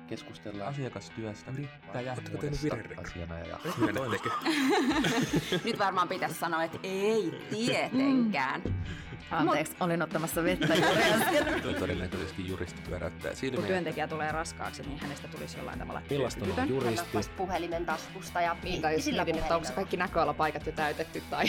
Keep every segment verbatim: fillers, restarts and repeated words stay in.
keskustellaan asiakastyöstä, Oletteko tehnyt virherekry? asianajaja. Nyt varmaan pitäisi sanoa, että ei tietenkään. Anteeksi, olin ottamassa vettä juuri äsken. Todennäköisesti juristi pyöräyttää silmiä. Kun työntekijä tulee raskaaksi, niin hänestä tulisi jollain tavalla Millaista on juristi? Hän puhelimen taskusta ja Niin, tai jos mietin, että onko se kaikki näköalapaikat jo täytetty tai...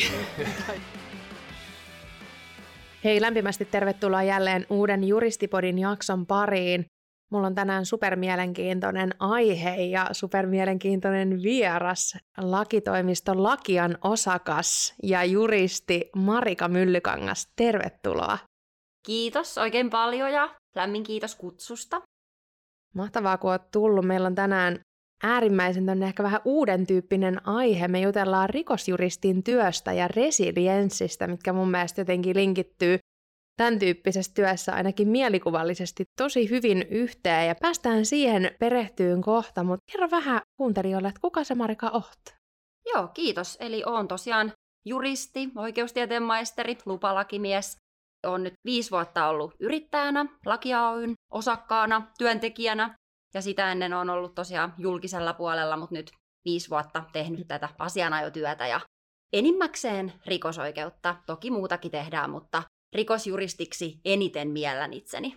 Hei, lämpimästi tervetuloa jälleen uuden Juristipodin jakson pariin. Mulla on tänään supermielenkiintoinen aihe ja supermielenkiintoinen vieras, lakitoimiston Lakian osakas ja juristi Marika Myllykangas. Tervetuloa. Kiitos oikein paljon ja lämmin kiitos kutsusta. Mahtavaa, kun oot tullut. Meillä on tänään äärimmäisen tonne ehkä vähän uuden tyyppinen aihe. Me jutellaan rikosjuristin työstä ja resilienssistä, mitkä mun mielestä jotenkin linkittyy tämän tyyppisessä työssä ainakin mielikuvallisesti tosi hyvin yhteen. Ja päästään siihen perehtyyn kohta, mutta kerro vähän kuuntelijoille, että kuka se Marika oot? Joo, kiitos. Eli oon tosiaan juristi, oikeustieteen maisteri, lupalakimies. Olen nyt viisi vuotta ollut yrittäjänä, Laki Oyn osakkaana, työntekijänä. Ja sitä ennen olen ollut tosiaan julkisella puolella, mutta nyt viisi vuotta tehnyt tätä asianajotyötä ja enimmäkseen rikosoikeutta. Toki muutakin tehdään, mutta rikosjuristiksi eniten miellän itseni.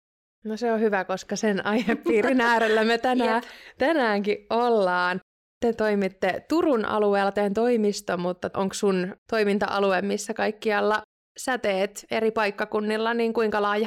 No se on hyvä, koska sen aihepiirin äärellä me tänään, tänäänkin ollaan. Te toimitte Turun alueella, teen toimisto, mutta onko sun toiminta-alue, missä kaikkialla sä teet eri paikkakunnilla, niin kuinka laaja?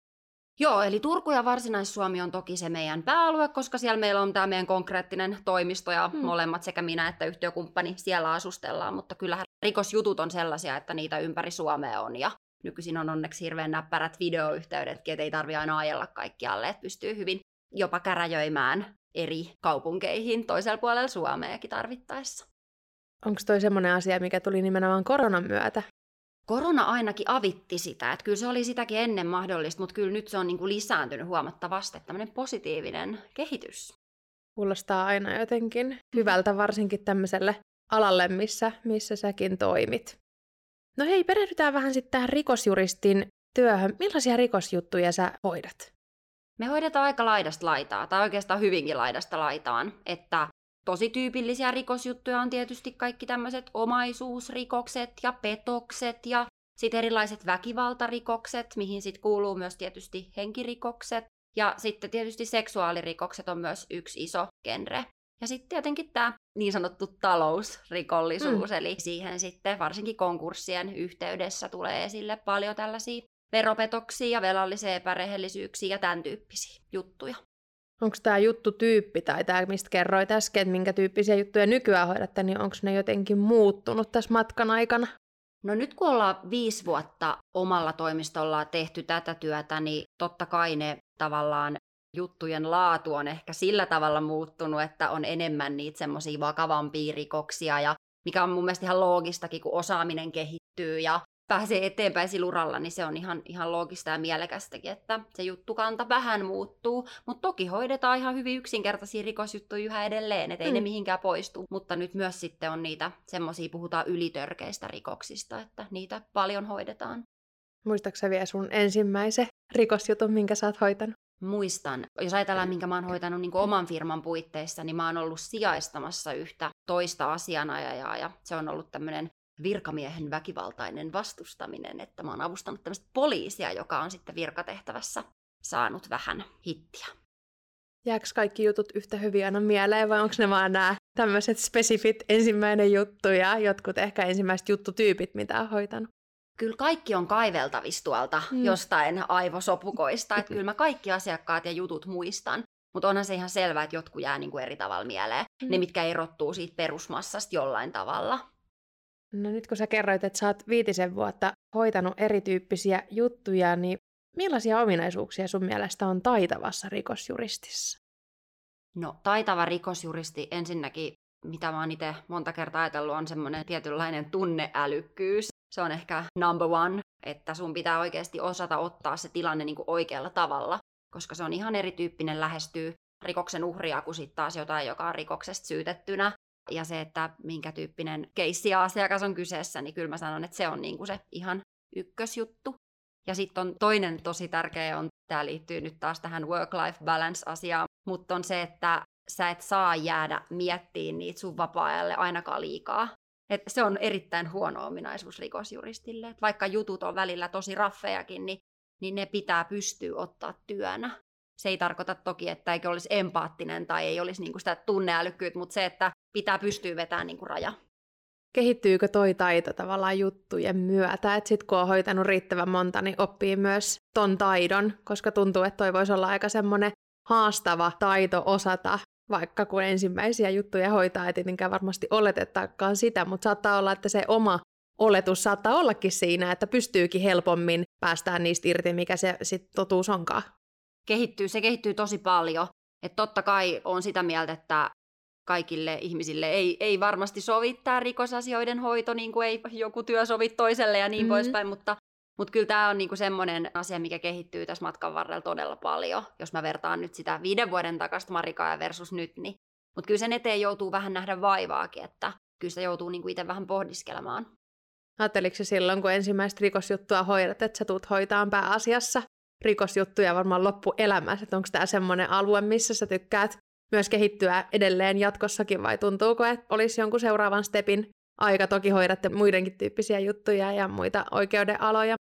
Joo, eli Turku ja Varsinais-Suomi on toki se meidän pääalue, koska siellä meillä on tämä meidän konkreettinen toimisto ja hmm. molemmat sekä minä että yhtiökumppani siellä asustellaan, mutta kyllähän rikosjutut on sellaisia, että niitä ympäri Suomea on ja nykyisin on onneksi hirveän näppärät videoyhteydetkin, että ei tarvitse aina ajella kaikkialle, että pystyy hyvin jopa käräjöimään eri kaupunkeihin toisella puolella Suomeakin tarvittaessa. Onko toi semmoinen asia, mikä tuli nimenomaan koronan myötä? Korona ainakin avitti sitä, että kyllä se oli sitäkin ennen mahdollista, mutta kyllä nyt se on niin kuin lisääntynyt huomattavasti, tämmöinen positiivinen kehitys. Kuulostaa aina jotenkin hyvältä, varsinkin tämmöiselle alalle, missä, missä säkin toimit. No hei, perehdytään vähän sitten tähän rikosjuristin työhön. Millaisia rikosjuttuja sä hoidat? Me hoidetaan aika laidasta laitaa, tai oikeastaan hyvinkin laidasta laitaan, että tosi tyypillisiä rikosjuttuja on tietysti kaikki tämmöiset omaisuusrikokset ja petokset ja sitten erilaiset väkivaltarikokset, mihin sitten kuuluu myös tietysti henkirikokset. Ja sitten tietysti seksuaalirikokset on myös yksi iso genre. Ja sitten tietenkin tämä niin sanottu talousrikollisuus, mm. eli siihen sitten varsinkin konkurssien yhteydessä tulee esille paljon tällaisia veropetoksia ja velallisia epärehellisyyksiä ja tämän tyyppisiä juttuja. Onko tämä juttutyyppi tai tämä, mistä kerroit äsken, että minkä tyyppisiä juttuja nykyään hoidatte, niin onko ne jotenkin muuttunut tässä matkan aikana? No nyt kun ollaan viisi vuotta omalla toimistolla tehty tätä työtä, niin totta kai ne tavallaan juttujen laatu on ehkä sillä tavalla muuttunut, että on enemmän niitä semmoisia vakavampia rikoksia, ja mikä on mun mielestä ihan loogistakin, kun osaaminen kehittyy ja pääsee eteenpäin sillä uralla, niin se on ihan, ihan loogista ja mielekästäkin, että se juttukanta vähän muuttuu, mutta toki hoidetaan ihan hyvin yksinkertaisia rikosjuttuja yhä edelleen, ettei mm. ne mihinkään poistu, mutta nyt myös sitten on niitä semmoisia, puhutaan ylitörkeistä rikoksista, että niitä paljon hoidetaan. Muistatko sä vielä sun ensimmäisen rikosjutun, minkä sä oot hoitanut? Muistan. Jos ajatellaan, minkä mä oon hoitanut niin kuin oman firman puitteissa, niin mä oon ollut sijaistamassa yhtä toista asianajajaa, ja se on ollut tämmöinen virkamiehen väkivaltainen vastustaminen, että mä oon avustanut tämmöistä poliisia, joka on sitten virkatehtävässä saanut vähän hittiä. Jääkö kaikki jutut yhtä hyvin aina mieleen, vai onko ne vaan nämä tämmöiset spesifit ensimmäinen juttu ja jotkut ehkä ensimmäiset juttutyypit, mitä on hoitanut? Kyllä kaikki on kaiveltavissa tuolta mm. jostain aivosopukoista, että kyllä mä kaikki asiakkaat ja jutut muistan, mutta onhan se ihan selvää, että jotkut jää niin kuin eri tavalla mieleen, mm. ne mitkä erottuu siitä perusmassasta jollain tavalla. No nyt kun sä kerroit, että sä oot viitisen vuotta hoitanut erityyppisiä juttuja, niin millaisia ominaisuuksia sun mielestä on taitavassa rikosjuristissa? No taitava rikosjuristi ensinnäkin, mitä mä oon itse monta kertaa ajatellut, on semmoinen tietynlainen tunneälykkyys. Se on ehkä number one, että sun pitää oikeasti osata ottaa se tilanne niin kuin oikealla tavalla, koska se on ihan erityyppinen lähestyy rikoksen uhria kuin sitten taas jotain, joka on rikoksesta syytettynä. Ja se, että minkä tyyppinen keissi ja asiakas on kyseessä, niin kyllä mä sanon, että se on niin kuin se ihan ykkösjuttu. Ja sitten on toinen tosi tärkeä, on, tämä liittyy nyt taas tähän work-life balance-asiaan, mutta on se, että sä et saa jäädä miettimään niitä sun vapaa-ajalle ainakaan liikaa. Et se on erittäin huono ominaisuus rikosjuristille. Et vaikka jutut on välillä tosi raffejakin, niin, niin ne pitää pystyä ottaa työnä. Se ei tarkoita toki, että eikö olisi empaattinen tai ei olisi niinku sitä tunneälykkyyttä, mutta se, että pitää pystyä vetämään niinku raja. Kehittyykö toi taito tavallaan juttujen myötä, että sit kun on hoitanut riittävän monta, niin oppii myös ton taidon, koska tuntuu, että toi voisi olla aika semmoinen haastava taito osata, vaikka kun ensimmäisiä juttuja hoitaa, ei tietenkään varmasti oletettakaan sitä, mutta saattaa olla, että se oma oletus saattaa ollakin siinä, että pystyykin helpommin päästään niistä irti, mikä se sitten totuus onkaan. Kehittyy, se kehittyy tosi paljon. Että totta kai on sitä mieltä, että kaikille ihmisille ei, ei varmasti sovi tämä rikosasioiden hoito, niin kuin ei joku työ sovi toiselle ja niin mm-hmm. poispäin, mutta, mutta kyllä tämä on niinku semmoinen asia, mikä kehittyy tässä matkan varrella todella paljon, jos mä vertaan nyt sitä viiden vuoden takasta Marikaa versus nyt, niin. Mutta kyllä sen eteen joutuu vähän nähdä vaivaakin, että kyllä sitä joutuu niinku itse vähän pohdiskelemaan. Ajatteliko se silloin, kun ensimmäistä rikosjuttua hoidat, että sä tulet hoitaan pääasiassa rikosjuttuja varmaan loppuelämässä, että onko tämä semmoinen alue, missä sä tykkäät myös kehittyä edelleen jatkossakin, vai tuntuuko, että olisi jonkun seuraavan stepin aika? Toki hoidatte muidenkin tyyppisiä juttuja ja muita oikeudenaloja.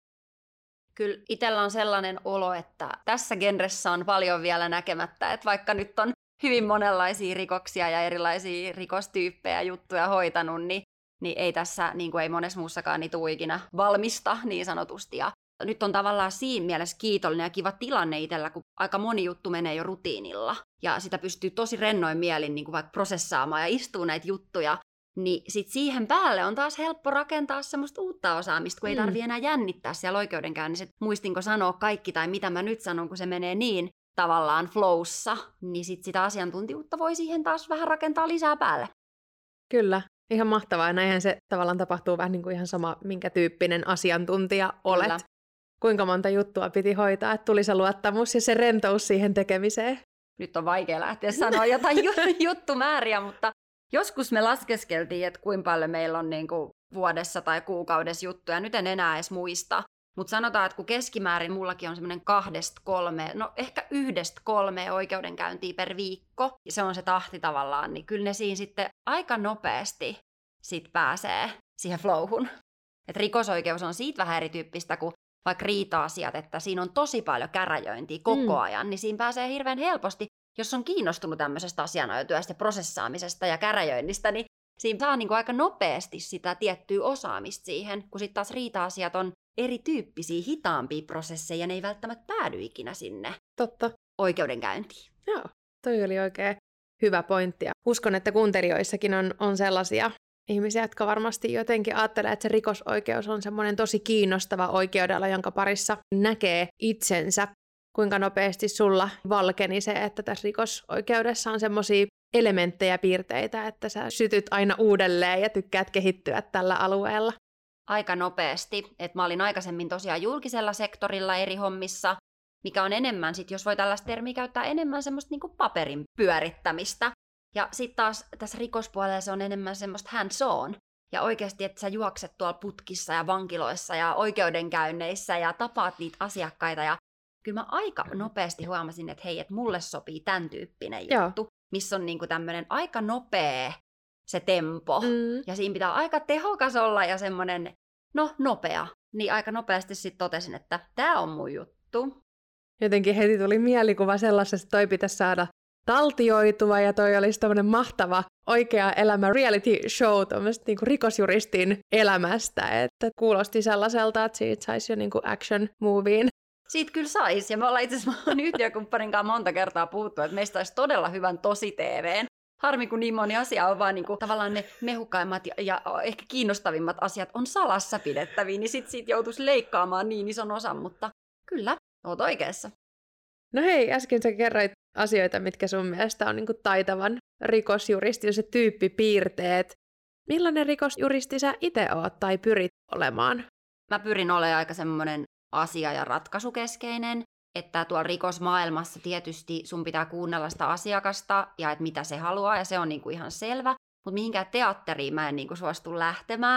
Kyllä itsellä on sellainen olo, että tässä genressä on paljon vielä näkemättä, että vaikka nyt on hyvin monenlaisia rikoksia ja erilaisia rikostyyppejä juttuja hoitanut, niin, niin ei tässä, niin kuin ei monessa muussakaan, niin tule ikinä valmista niin sanotusti. Ja nyt on tavallaan siinä mielessä kiitollinen ja kiva tilanne itsellä, kun aika moni juttu menee jo rutiinilla. Ja sitä pystyy tosi rennoin mielin niin kuin vaikka prosessaamaan ja istuu näitä juttuja. Niin sit siihen päälle on taas helppo rakentaa semmoista uutta osaamista, kun ei tarvi enää jännittää siellä oikeudenkäynnissä. Muistinko sanoa kaikki tai mitä mä nyt sanon, kun se menee niin tavallaan flowssa, niin sit sitä asiantuntijuutta voi siihen taas vähän rakentaa lisää päälle. Kyllä, ihan mahtavaa. Näinhän se tavallaan tapahtuu vähän niin kuin ihan sama, minkä tyyppinen asiantuntija olet. Kyllä. Kuinka monta juttua piti hoitaa, että tuli se luottamus ja se rentous siihen tekemiseen. Nyt on vaikea lähteä sanoa jotain juttumääriä, mutta joskus me laskeskeltiin, että kuinka paljon meillä on niin kuin vuodessa tai kuukaudessa juttuja. Nyt en enää edes muista. Mutta sanotaan, että kun keskimäärin mullakin on semmoinen kahdesta kolme, no ehkä yhdestä kolmea oikeudenkäyntiä per viikko, ja se on se tahti tavallaan, niin kyllä ne siinä sitten aika nopeasti sit pääsee siihen flowhun. Et rikosoikeus on siitä vähän erityyppistä kuin vaikka riita-asiat, että siinä on tosi paljon käräjöintiä koko ajan, mm. niin siinä pääsee hirveän helposti, jos on kiinnostunut tämmöisestä asianajotyöstä ja prosessaamisesta ja käräjöinnistä, niin siinä saa niin kuin aika nopeasti sitä tiettyä osaamista siihen, kun sitten taas riita-asiat on erityyppisiä, hitaampia prosesseja, ne ei välttämättä päädy ikinä sinne Totta. oikeudenkäyntiin. Joo, toi oli oikein hyvä pointti. Uskon, että kuuntelijoissakin on, on sellaisia ihmisiä, jotka varmasti jotenkin ajattelee, että se rikosoikeus on semmoinen tosi kiinnostava oikeudella, jonka parissa näkee itsensä. Kuinka nopeasti sulla valkeni se, että tässä rikosoikeudessa on semmoisia elementtejä ja piirteitä, että sä sytyt aina uudelleen ja tykkäät kehittyä tällä alueella? Aika nopeasti. Et mä olin aikaisemmin tosiaan julkisella sektorilla eri hommissa, mikä on enemmän, sit, jos voi tällaista termiä käyttää, enemmän semmoista niinku paperin pyörittämistä. Ja sitten taas tässä rikospuolella se on enemmän semmoista hands on. Ja oikeasti, että sä juokset tuolla putkissa ja vankiloissa ja oikeudenkäynneissä ja tapaat niitä asiakkaita. Ja kyllä mä aika nopeasti huomasin, että hei, että mulle sopii tämän tyyppinen juttu, Joo. missä on niinku tämmöinen aika nopea se tempo. Mm. Ja siinä pitää aika tehokas olla ja semmoinen, no nopea. Niin aika nopeasti sitten totesin, että tämä on mun juttu. Jotenkin heti tuli mielikuva sellaisesta, että toi pitäisi saada taltioitua ja toi olisi tämmöinen mahtava oikea elämä reality show tuommoista niinku rikosjuristin elämästä, että kuulosti sellaiselta, että siitä saisi jo niinku action moviin. Siitä kyllä saisi, ja me ollaan itse asiassa yhtiökumppanin kanssa monta kertaa puhuttu, että meistä olisi todella hyvän tosi-T V:n. Harmi, kun niin moni asia on vaan niinku, tavallaan ne mehukkaimmat ja, ja ehkä kiinnostavimmat asiat on salassa pidettäviä, niin sit siitä joutuisi leikkaamaan niin ison osan, mutta kyllä, oot oikeassa. No hei, äsken sä kerroit asioita, mitkä sun mielestä on niinku taitavan rikosjuristin se tyyppipiirteet. Millainen rikosjuristi sä itse oot tai pyrit olemaan? Mä pyrin olemaan aika semmoinen asia- ja ratkaisukeskeinen, että tuolla rikosmaailmassa tietysti sun pitää kuunnella sitä asiakasta ja että mitä se haluaa, ja se on niinku ihan selvä, mutta mihinkään teatteriin mä en niinku suostu lähtemään,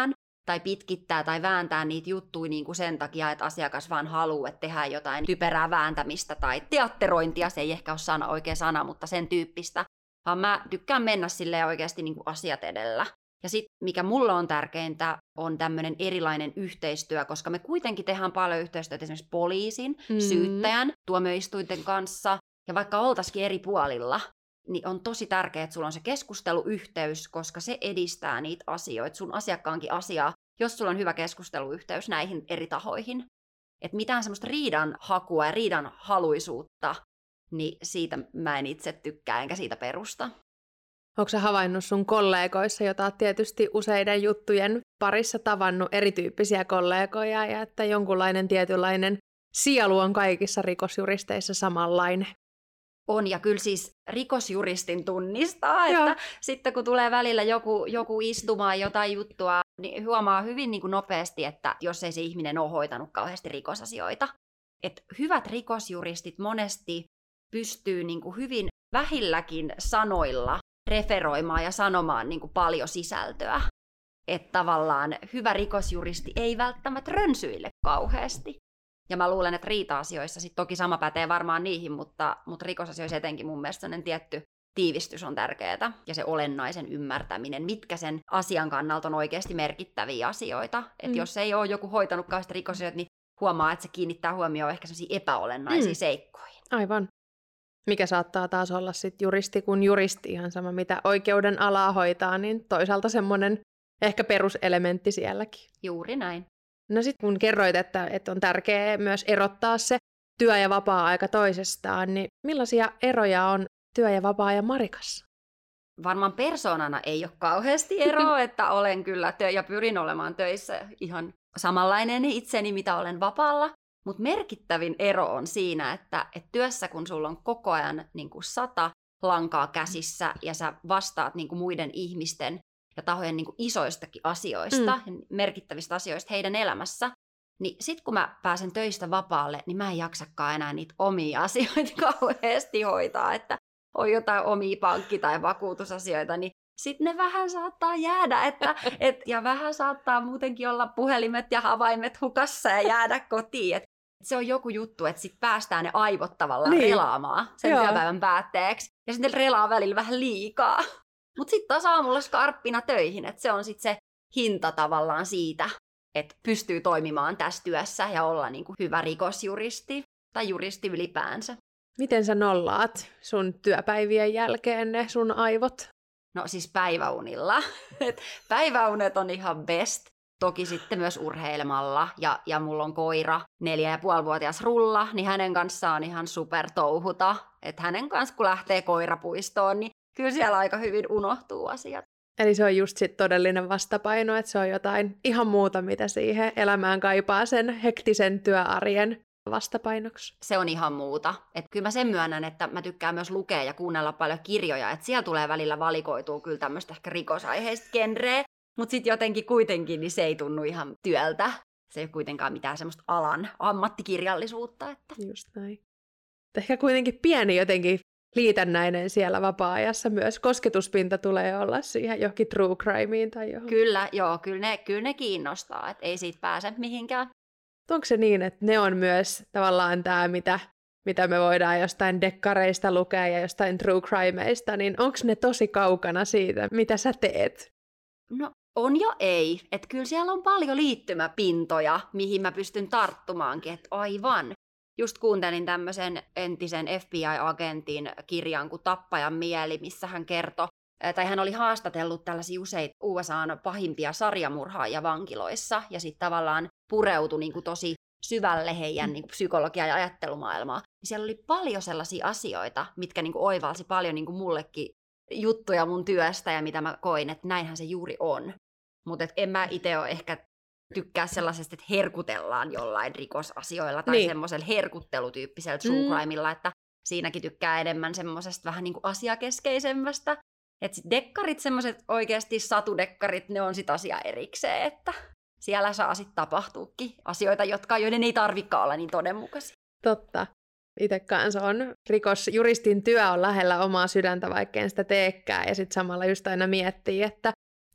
tai pitkittää tai vääntää niitä juttuja niin kuin sen takia, että asiakas vaan haluaa, että tehdään jotain typerää vääntämistä tai teatterointia, se ei ehkä ole sana, oikea sana, mutta sen tyyppistä, vaan mä tykkään mennä silleen oikeasti niin kuin asiat edellä. Ja sitten mikä mulle on tärkeintä, on tämmöinen erilainen yhteistyö, koska me kuitenkin tehdään paljon yhteistyötä esimerkiksi poliisin, mm. syyttäjän, tuomioistuinten kanssa, ja vaikka oltaisikin eri puolilla, niin on tosi tärkeää, että sulla on se keskusteluyhteys, koska se edistää niitä asioita, sun asiakkaankin asiaa, jos sulla on hyvä keskusteluyhteys näihin eri tahoihin. Että mitään semmoista riidan hakua ja riidan haluisuutta, niin siitä mä en itse tykkää, enkä siitä perusta. Onko sä havainnut sun kollegoissa, jota oot tietysti useiden juttujen parissa tavannut erityyppisiä kollegoja, ja että jonkunlainen tietynlainen sielu on kaikissa rikosjuristeissa samanlainen? On, ja kyllä siis rikosjuristin tunnistaa, että Joo. sitten kun tulee välillä joku, joku istumaan jotain juttua, niin huomaa hyvin niin kuin nopeasti, että jos ei se ihminen ole hoitanut kauheasti rikosasioita. Että hyvät rikosjuristit monesti pystyy niin kuin hyvin vähilläkin sanoilla referoimaan ja sanomaan niin kuin paljon sisältöä. Että tavallaan hyvä rikosjuristi ei välttämättä rönsyille kauheasti. Ja mä luulen, että riita-asioissa sit toki sama pätee varmaan niihin, mutta, mutta rikosasioissa etenkin mun mielestä sellainen tietty tiivistys on tärkeää. Ja se olennaisen ymmärtäminen, mitkä sen asian kannalta on oikeasti merkittäviä asioita. Että mm. jos ei ole joku hoitanut kauheasti rikosasioita, niin huomaa, että se kiinnittää huomioon ehkä sellaisiin epäolennaisiin mm. seikkoihin. Aivan. Mikä saattaa taas olla sitten juristi kuin juristi, ihan sama mitä oikeuden alaa hoitaa, niin toisaalta semmoinen ehkä peruselementti sielläkin. Juuri näin. No sitten kun kerroit, että, että on tärkeää myös erottaa se työ- ja vapaa-aika toisestaan, niin millaisia eroja on työ- ja vapaa-ajan Marikassa? Varmaan persoonana ei ole kauheasti eroa, että olen kyllä tö- ja pyrin olemaan töissä ihan samanlainen itseni, mitä olen vapaalla. Mutta merkittävin ero on siinä, että, että työssä kun sulla on koko ajan niin kuin sata lankaa käsissä ja sä vastaat niin kuin muiden ihmisten ja tahojen niin kuin isoistakin asioista, mm. merkittävistä asioista heidän elämässä, niin sit kun mä pääsen töistä vapaalle, niin mä en jaksakaan enää niitä omia asioita kauheasti hoitaa, että on jotain omia pankki- tai vakuutusasioita, niin sitten ne vähän saattaa jäädä, että, et, ja vähän saattaa muutenkin olla puhelimet ja havaimet hukassa ja jäädä kotiin. Et se on joku juttu, että sitten päästään ne aivot tavallaan niin. relaamaan sen Joo. työpäivän päätteeksi, ja sitten relaa välillä vähän liikaa. Mutta sitten taas aamulla skarppina töihin, että se on sitten se hinta tavallaan siitä, että pystyy toimimaan tässä työssä ja olla niinku hyvä rikosjuristi tai juristi ylipäänsä. Miten sä nollaat sun työpäivien jälkeen ne sun aivot? No siis päiväunilla. Et päiväunet on ihan best. Toki sitten myös urheilemalla. Ja, ja mulla on koira, neljä ja puolivuotias Rulla, niin hänen kanssaan on ihan super touhuta. Että hänen kanssa kun lähtee koirapuistoon, niin kyllä siellä aika hyvin unohtuu asiat. Eli se on just sit todellinen vastapaino, että se on jotain ihan muuta, mitä siihen elämään kaipaa sen hektisen työarjen vastapainoksi. Se on ihan muuta. Että kyllä mä sen myönnän, että mä tykkään myös lukea ja kuunnella paljon kirjoja, että siellä tulee välillä valikoitua kyllä tämmöistä ehkä rikosaiheista genreä, mutta sitten jotenkin kuitenkin niin se ei tunnu ihan työltä. Se ei ole kuitenkaan mitään semmoista alan ammattikirjallisuutta. Että... Just näin. Ehkä kuitenkin pieni jotenkin liitännäinen siellä vapaa-ajassa myös. Kosketuspinta tulee olla siihen johonkin true crimeen tai johon. Kyllä, joo, kyllä ne, kyllä ne kiinnostaa, että ei siitä pääse mihinkään. Onko se niin, että ne on myös tavallaan tämä, mitä, mitä me voidaan jostain dekkareista lukea ja jostain true crimeista, niin onko ne tosi kaukana siitä, mitä sä teet? No on jo ei. Että kyllä siellä on paljon liittymäpintoja, mihin mä pystyn tarttumaankin, että aivan. Just kuuntelin tämmöisen entisen F B I-agentin kirjan kuin Tappajan mieli, missä hän kertoi, tai hän oli haastatellut tällaisia useita U S A:n pahimpia sarjamurhaajia vankiloissa, ja sitten tavallaan pureutui niin kuin tosi syvälle heidän niin kuin psykologia- ja ajattelumaailmaa. Siellä oli paljon sellaisia asioita, mitkä niin kuin oivalsi paljon niin kuin mullekin juttuja mun työstä, ja mitä mä koin, että näinhän se juuri on. Mutta en mä itse ole ehkä tykkää sellaisesta, että herkutellaan jollain rikosasioilla tai niin. semmoisella herkuttelutyyppisellä true mm. crimella, että siinäkin tykkää enemmän semmoisesta vähän niin kuin asiakeskeisemmästä. Että sit dekkarit, semmoiset oikeasti satudekkarit, ne on sit asia erikseen, että siellä saa sitten tapahtuukin asioita, jotka, joiden ei tarvikaan olla niin todenmukaisia. Totta. Itse kanssa on rikosjuristin työ on lähellä omaa sydäntä, vaikka en sitä teekään, ja sitten samalla just aina miettii, että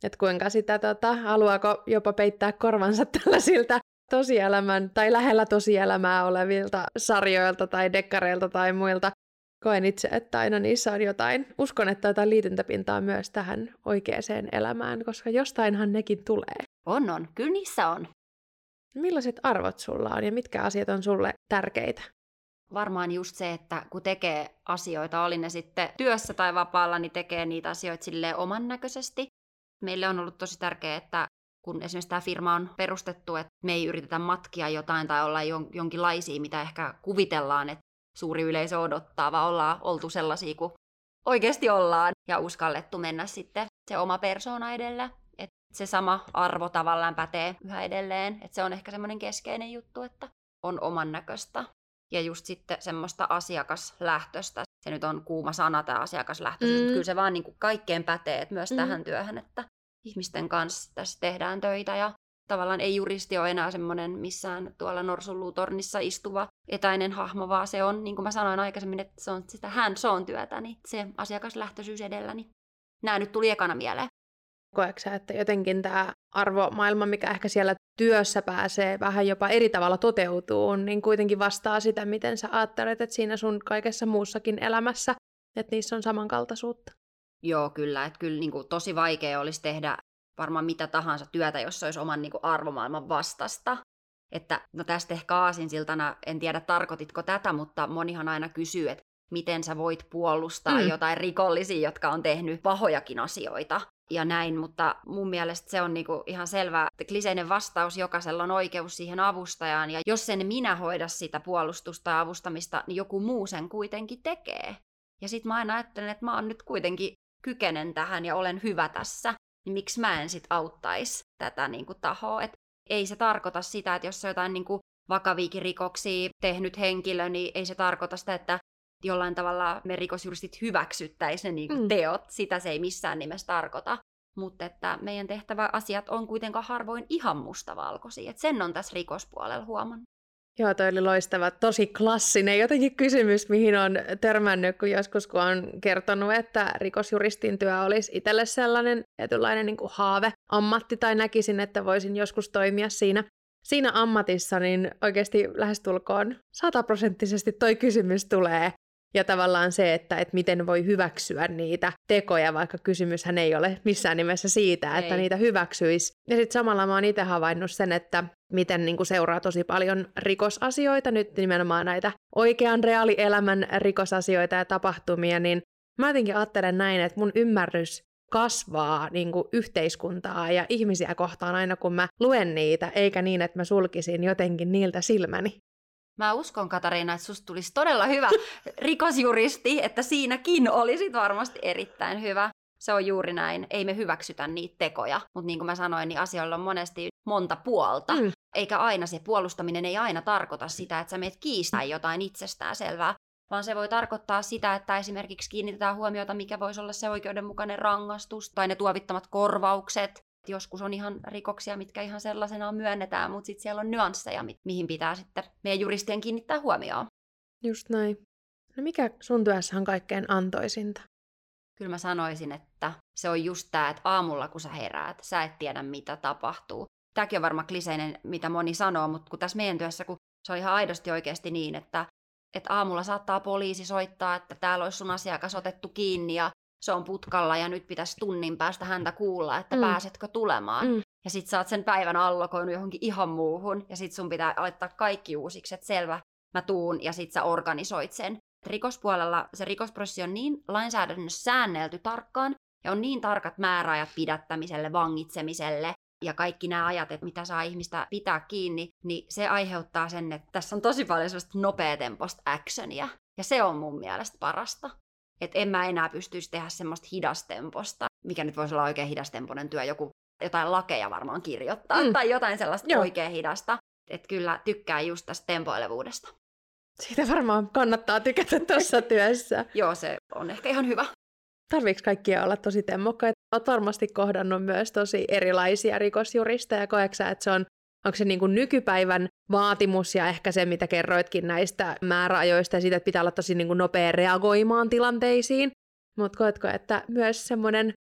Että kuinka sitä, tota, haluaako jopa peittää korvansa tällaisilta tosielämän tai lähellä tosielämää olevilta sarjoilta tai dekkareilta tai muilta. Koen itse, että aina niissä on jotain, uskon, että jotain liityntäpintaa myös tähän oikeaan elämään, koska jostainhan nekin tulee. On, on. Kyllä niissä on. Millaiset arvot sulla on ja mitkä asiat on sulle tärkeitä? Varmaan just se, että kun tekee asioita, oli ne sitten työssä tai vapaalla, niin tekee niitä asioita silleen oman näköisesti. Meille on ollut tosi tärkeää, että kun esimerkiksi tämä firma on perustettu, että me ei yritetä matkia jotain tai olla jonkinlaisia, mitä ehkä kuvitellaan, että suuri yleisö odottaa, vaan ollaan oltu sellaisia kuin oikeasti ollaan ja uskallettu mennä sitten se oma persoona edellä. Että se sama arvo tavallaan pätee yhä edelleen, että se on ehkä semmoinen keskeinen juttu, että on oman näköistä. Ja just sitten semmoista asiakaslähtöistä. Se nyt on kuuma sana tämä asiakaslähtöisyys, mm. mutta kyllä se vaan niin kuin kaikkeen pätee, että myös mm. tähän työhön, että ihmisten kanssa tässä tehdään töitä ja tavallaan ei juristi ole enää semmoinen missään tuolla norsunluutornissa istuva etäinen hahmo, vaan se on, niin kuin mä sanoin aikaisemmin, että se on sitä hands-on työtä, niin se asiakaslähtöisyys edellä, niin nämä nyt tuli ekana mieleen. Koetko sä, että jotenkin tämä arvomaailma, mikä ehkä siellä työssä pääsee vähän jopa eri tavalla toteutuu, niin kuitenkin vastaa sitä, miten sä ajattelet, että siinä sun kaikessa muussakin elämässä, että niissä on samankaltaisuutta? Joo, kyllä. Että kyllä niin kuin, tosi vaikea olisi tehdä varmaan mitä tahansa työtä, jos se olisi oman niin kuin, arvomaailman vastasta. Että, no tästä ehkä aasinsiltana, en tiedä tarkoititko tätä, mutta monihan aina kysyy, että miten sä voit puolustaa mm. jotain rikollisia, jotka on tehnyt pahojakin asioita. Ja näin, mutta mun mielestä se on niinku ihan selvä kliseinen vastaus, jokaisella on oikeus siihen avustajaan, ja jos en minä hoida sitä puolustusta ja avustamista, niin joku muu sen kuitenkin tekee. Ja sit mä aina ajattelen, että mä oon nyt kuitenkin kykenen tähän ja olen hyvä tässä, niin miksi mä en sit auttaisi tätä niinku tahoa. Et ei se tarkoita sitä, että jos on jotain niinku vakaviakin rikoksia tehnyt henkilö, niin ei se tarkoita sitä, että jollain tavalla me rikosjuristit hyväksyttäisiin ne niinku mm. teot. Sitä se ei missään nimessä tarkoita. Mutta että meidän tehtävä asiat on kuitenkaan harvoin ihan mustavalkoisia. Et sen on tässä rikospuolella huomannut. Joo, toi oli loistava, tosi klassinen jotenkin kysymys, mihin on törmännyt, kun joskus kun on kertonut, että rikosjuristin työ olisi itselle sellainen etunlainen niin kuin haave, ammatti, tai näkisin, että voisin joskus toimia siinä, siinä ammatissa, niin oikeasti lähestulkoon sataprosenttisesti toi kysymys tulee. Ja tavallaan se, että, että miten voi hyväksyä niitä tekoja, vaikka kysymyshän ei ole missään nimessä siitä, että ei. niitä hyväksyisi. Ja sitten samalla mä oon itse havainnut sen, että miten niin kuin seuraa tosi paljon rikosasioita, nyt nimenomaan näitä oikean reaalielämän rikosasioita ja tapahtumia, niin mä jotenkin ajattelen näin, että mun ymmärrys kasvaa niin kuin yhteiskuntaa ja ihmisiä kohtaan aina, kun mä luen niitä, eikä niin, että mä sulkisin jotenkin niiltä silmäni. Mä uskon, Katariina, että susta tulisi todella hyvä rikosjuristi, että siinäkin olisit varmasti erittäin hyvä. Se on juuri näin. Ei me hyväksytä niitä tekoja, mutta niin kuin mä sanoin, niin asioilla on monesti monta puolta. Mm. Eikä aina se puolustaminen ei aina tarkoita sitä, että sä meet kiistää jotain itsestään selvää, vaan se voi tarkoittaa sitä, että esimerkiksi kiinnitetään huomiota, mikä voisi olla se oikeudenmukainen rangaistus tai ne tuovittamat korvaukset. Joskus on ihan rikoksia, mitkä ihan sellaisenaan myönnetään, mutta sitten siellä on nyansseja, mi- mihin pitää sitten meidän juristien kiinnittää huomioon. Just näin. No mikä sun työssä on kaikkein antoisinta? Kyllä mä sanoisin, että se on just tämä, että aamulla kun sä heräät, sä et tiedä mitä tapahtuu. Tämäkin on varmaan kliseinen, mitä moni sanoo, mutta kun tässä meidän työssä, kun se on ihan aidosti oikeasti niin, että, että aamulla saattaa poliisi soittaa, että täällä olisi sun asiakas otettu kiinni ja se on putkalla ja nyt pitäisi tunnin päästä häntä kuulla, että mm. pääsetkö tulemaan. Mm. Ja sit sä oot sen päivän allokoinut johonkin ihan muuhun ja sit sun pitää laittaa kaikki uusiksi, että selvä, mä tuun ja sit sä organisoit sen. Rikospuolella se rikosprosessi on niin lainsäädännössä säännelty tarkkaan ja on niin tarkat määräajat pidättämiselle, vangitsemiselle ja kaikki nämä ajat, että mitä saa ihmistä pitää kiinni, niin se aiheuttaa sen, että tässä on tosi paljon sellaista nopeatempoista actionia ja se on mun mielestä parasta. Että en mä enää pystyisi tehdä semmoista hidastemposta, mikä nyt voisi olla oikein hidastempoinen työ, joku jotain lakeja varmaan kirjoittaa mm. tai jotain sellaista Joo. oikein hidasta. Että kyllä tykkää just tästä tempoilevuudesta. Siitä varmaan kannattaa tykätä tuossa työssä. Joo, se on ehkä ihan hyvä. Tarviiko kaikkia olla tosi temmokkaita? Olet varmasti kohdannut myös tosi erilaisia rikosjuristeja. Koetko sä, että se on, onko se niin kuin nykypäivän vaatimus ja ehkä se, mitä kerroitkin näistä määräajoista ja siitä, että pitää olla tosi niin kuin nopea reagoimaan tilanteisiin. Mutta koetko, että myös semmoinen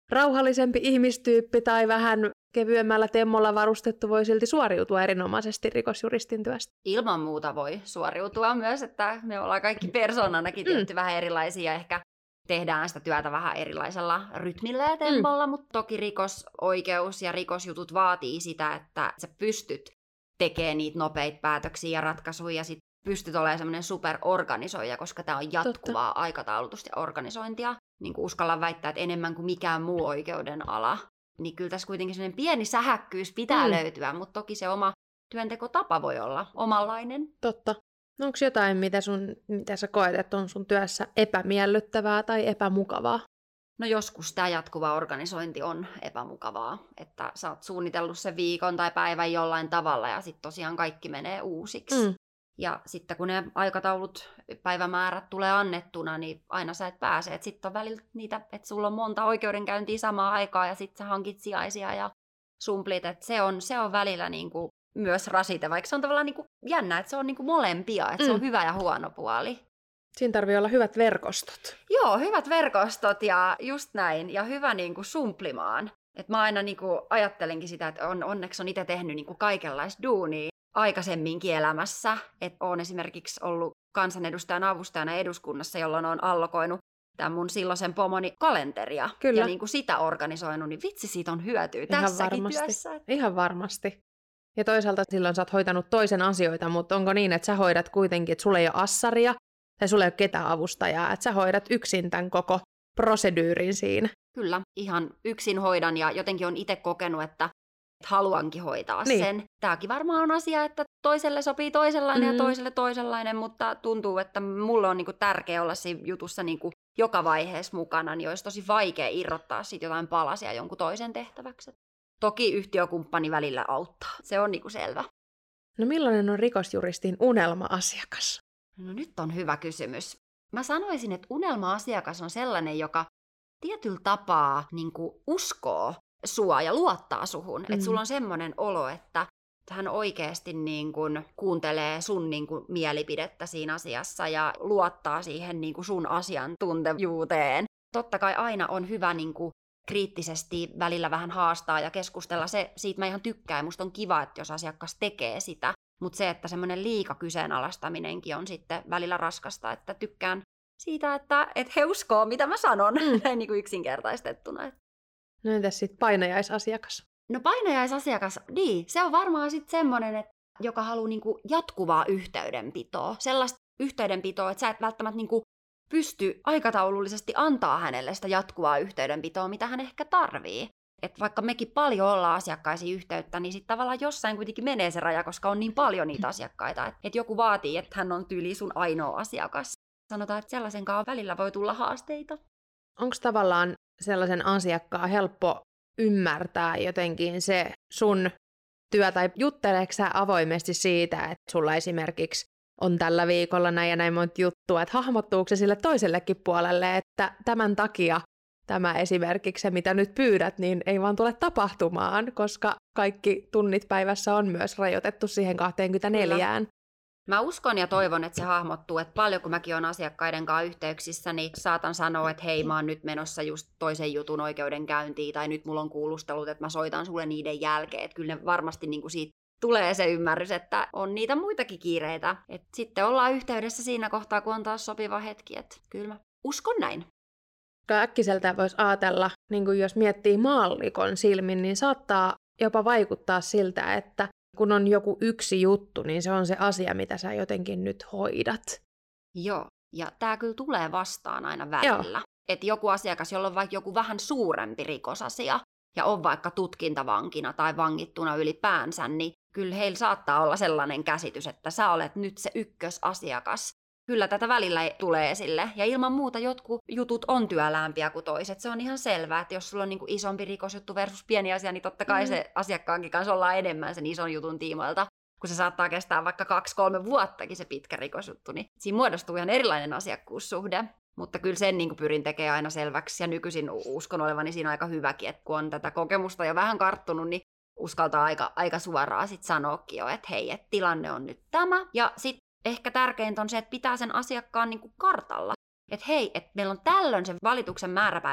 rauhallisempi ihmistyyppi tai vähän kevyemmällä temmolla varustettu voi silti suoriutua erinomaisesti rikosjuristin työstä? Ilman muuta voi suoriutua myös, että me ollaan kaikki persoonanakin tietty mm. vähän erilaisia, ehkä tehdään sitä työtä vähän erilaisella rytmillä ja tempolla, mm. mutta toki rikosoikeus ja rikosjutut vaatii sitä, että sä pystyt tekemään niitä nopeita päätöksiä ja ratkaisuja ja sit pystyt olemaan semmoinen superorganisoija, koska tämä on jatkuvaa Totta. aikataulutusta ja organisointia. Niin kuin uskallan väittää, että enemmän kuin mikään muu oikeuden ala. Niin kyllä tässä kuitenkin semmoinen pieni sähäkkyys pitää mm. löytyä, mutta toki se oma työntekotapa voi olla omanlainen. Totta. No onko jotain, mitä, sun, mitä sä koet, että on sun työssä epämiellyttävää tai epämukavaa? No joskus tämä jatkuva organisointi on epämukavaa, että sä oot suunnitellut sen viikon tai päivän jollain tavalla ja sitten tosiaan kaikki menee uusiksi. Mm. Ja sitten kun ne aikataulut, päivämäärät tulee annettuna, niin aina sä et pääse. Sitten on välillä niitä, että sulla on monta oikeudenkäyntiä samaan aikaan ja sitten sä hankit sijaisia ja sumplit. Että se on, se on välillä niinku myös rasite, vaikka se on tavallaan niinku jännä, että se on niinku molempia, että mm. se on hyvä ja huono puoli. Siinä tarvii olla hyvät verkostot. Joo, hyvät verkostot ja just näin. Ja hyvä niinku sumplimaan. Et mä aina niinku ajattelenkin sitä, että on, onneksi on itse tehnyt niinku kaikenlaista duunia aikaisemminkin elämässä. Että oon esimerkiksi ollut kansanedustajan avustajana eduskunnassa, jolloin on allokoinut tämän mun silloisen pomoni kalenteria. Kyllä. Ja niinku sitä organisoinut, niin vitsi siitä on hyötyä Ihan tässäkin varmasti. työssä. Ihan varmasti. Ja toisaalta silloin sä oot hoitanut toisen asioita, mutta onko niin, että sä hoidat kuitenkin, että sulla ei ole assaria, tai sulla ei ole ketään avustajaa, että sä hoidat yksin tämän koko prosedyyrin siinä. Kyllä, ihan yksin hoidan ja jotenkin on itse kokenut, että haluankin hoitaa niin. sen. Tämäkin varmaan on asia, että toiselle sopii toisenlainen mm-hmm. ja toiselle toisenlainen, mutta tuntuu, että mulle on niinku tärkeä olla siinä jutussa niinku joka vaiheessa mukana, niin olisi tosi vaikea irrottaa siitä jotain palasia jonkun toisen tehtäväksi. Toki yhtiökumppani välillä auttaa, se on niinku selvä. No millainen on rikosjuristin unelma-asiakas? No nyt on hyvä kysymys. Mä sanoisin, että unelma-asiakas on sellainen, joka tietyllä tapaa niin kuin uskoo sua ja luottaa suhun. Mm. Että sulla on semmoinen olo, että hän oikeasti niin kuin kuuntelee sun niin kuin mielipidettä siinä asiassa ja luottaa siihen niin kuin sun asiantuntevuuteen. Totta kai aina on hyvä niin kuin kriittisesti välillä vähän haastaa ja keskustella. Se, siitä mä ihan tykkään. Musta on kiva, että jos asiakas tekee sitä. Mutta se, että semmoinen liika kyseenalaistaminenkin on sitten välillä raskasta, että tykkään siitä, että et he uskoo, mitä mä sanon, mm. näin niin kuin yksinkertaistettuna. No entäs sitten painajaisasiakas? No painajaisasiakas, niin, se on varmaan sitten semmoinen, että, joka haluaa niin kuin jatkuvaa yhteydenpitoa. Sellaista yhteydenpitoa, että sä et välttämättä niin kuin pysty aikataulullisesti antaa hänelle sitä jatkuvaa yhteydenpitoa, mitä hän ehkä tarvii. Että vaikka mekin paljon ollaan asiakkaisiin yhteyttä, niin sitten tavallaan jossain kuitenkin menee se raja, koska on niin paljon niitä asiakkaita. Että et joku vaatii, että hän on tyyli sun ainoa asiakas. Sanotaan, että sellaisen kanssa välillä voi tulla haasteita. Onko tavallaan sellaisen asiakkaan helppo ymmärtää jotenkin se sun työ, tai jutteleeko sä avoimesti siitä, että sulla esimerkiksi on tällä viikolla näin ja näin monta juttua, että hahmottuuko se sille toisellekin puolelle, että tämän takia tämä esimerkiksi se, mitä nyt pyydät, niin ei vaan tule tapahtumaan, koska kaikki tunnit päivässä on myös rajoitettu siihen kaksikymmentäneljä. Kyllä. Mä uskon ja toivon, että se hahmottuu, että paljon kun mäkin olen asiakkaiden kanssa yhteyksissä, niin saatan sanoa, että hei, mä oon nyt menossa just toisen jutun oikeudenkäyntiin, tai nyt mulla on kuulustelut, että mä soitan sulle niiden jälkeen. Että kyllä ne varmasti niin kuin siitä tulee se ymmärrys, että on niitä muitakin kiireitä. Että sitten ollaan yhteydessä siinä kohtaa, kun on taas sopiva hetki. Että kyllä mä uskon näin. Äkkiseltään voisi ajatella, niin kuin jos miettii maallikon silmin, niin saattaa jopa vaikuttaa siltä, että kun on joku yksi juttu, niin se on se asia, mitä sä jotenkin nyt hoidat. Joo, ja tää kyllä tulee vastaan aina välillä. Että joku asiakas, jolla on vaikka joku vähän suurempi rikosasia, ja on vaikka tutkintavankina tai vangittuna ylipäänsä, niin kyllä heillä saattaa olla sellainen käsitys, että sä olet nyt se ykkösasiakas. Kyllä tätä välillä tulee esille. Ja ilman muuta jotkut jutut on työläämpiä kuin toiset. Se on ihan selvää, että jos sulla on niin kuin isompi rikosjuttu versus pieni asia, niin totta kai mm. se asiakkaankin kanssa ollaan enemmän sen ison jutun tiimoilta, kun se saattaa kestää vaikka kaksi, kolme vuottakin se pitkä rikosjuttu. Niin siinä muodostuu ihan erilainen asiakkuussuhde. Mutta kyllä sen niin kuin pyrin tekemään aina selväksi. Ja nykyisin uskon olevani siinä aika hyväkin, että kun on tätä kokemusta jo vähän karttunut, niin uskaltaa aika, aika suoraan sitten sanoakin jo, että hei, että tilanne on nyt tämä. Ja sitten ehkä tärkeintä on se, että pitää sen asiakkaan niin kuin kartalla. Että hei, että meillä on tällöin se valituksen määräpäivä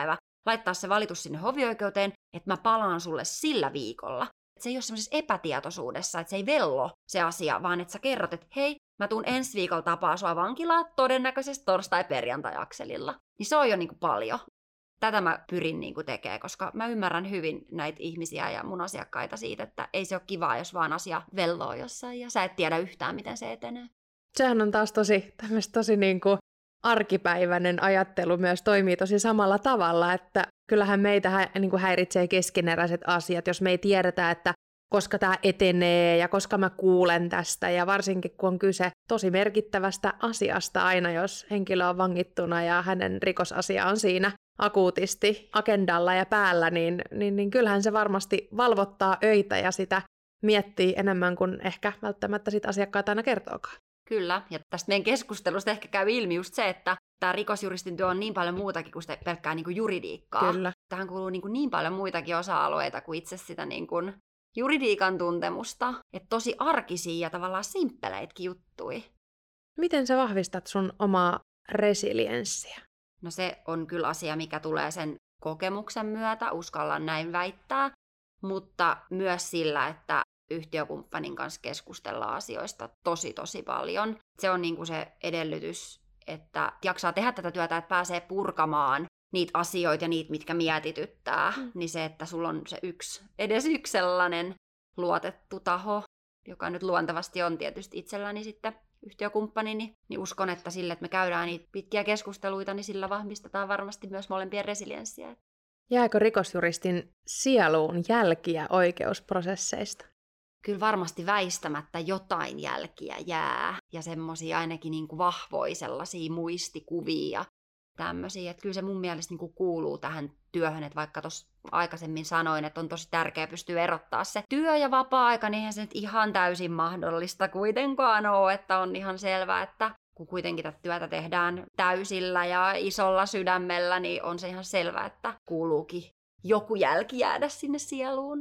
laittaa se valitus sinne hovioikeuteen, että mä palaan sulle sillä viikolla. Et se ei ole semmoisessa epätietoisuudessa, että se ei vello se asia, vaan että sä kerrot, että hei, mä tuun ensi viikolla tapaa sua vankilaa todennäköisesti torstai-perjantai-akselilla. Niin se on jo niinku paljon. Tätä mä pyrin niinku tekemään, koska mä ymmärrän hyvin näitä ihmisiä ja mun asiakkaita siitä, että ei se ole kivaa, jos vaan asia velloo jossain ja sä et tiedä yhtään, miten se etenee. Sehän on taas tosi, tosi niinku arkipäiväinen ajattelu myös toimii tosi samalla tavalla, että kyllähän meitä hä, niinku häiritsee keskeneräiset asiat, jos me ei tiedetä, että koska tämä etenee ja koska mä kuulen tästä ja varsinkin kun on kyse tosi merkittävästä asiasta aina, jos henkilö on vangittuna ja hänen rikosasia on siinä akuutisti agendalla ja päällä, niin, niin, niin kyllähän se varmasti valvottaa öitä ja sitä miettii enemmän kuin ehkä välttämättä sit asiakkaat aina kertookaan. Kyllä, ja tästä meidän keskustelusta ehkä käy ilmi just se, että tämä rikosjuristin työ on niin paljon muutakin kuin sitä pelkkää niin kuin juridiikkaa. Kyllä. Tähän kuuluu niin, kuin niin paljon muitakin osa-alueita kuin itse sitä niin kuin juridiikan tuntemusta, että tosi arkisia ja tavallaan simppeleitkin juttui. Miten sä vahvistat sun omaa resilienssiä? No se on kyllä asia, mikä tulee sen kokemuksen myötä, uskallan näin väittää, mutta myös sillä, että yhtiökumppanin kanssa keskustellaan asioista tosi tosi paljon. Se on niin kuin se edellytys, että jaksaa tehdä tätä työtä, että pääsee purkamaan niitä asioita ja niitä, mitkä mietityttää, mm. niin se, että sulla on se yksi, edes yksi sellainen luotettu taho, joka nyt luontevasti on tietysti itselläni sitten yhtiökumppanini, niin uskon, että sille, että me käydään niitä pitkiä keskusteluita, niin sillä vahvistetaan varmasti myös molempien resilienssiä. Jääkö rikosjuristin sieluun jälkiä oikeusprosesseista? Kyllä varmasti väistämättä jotain jälkiä jää, ja semmoisia ainakin niin kuin vahvoja sellaisia muistikuvia ja tämmöisiä. Että kyllä se mun mielestä niin kuin kuuluu tähän työhön, että vaikka tuossa aikaisemmin sanoin, että on tosi tärkeää pystyä erottaa se työ ja vapaa-aika, niin eihän se nyt ihan täysin mahdollista kuitenkaan ole, että on ihan selvää, että kun kuitenkin tätä työtä tehdään täysillä ja isolla sydämellä, niin on se ihan selvää, että kuuluukin joku jälki jäädä sinne sieluun.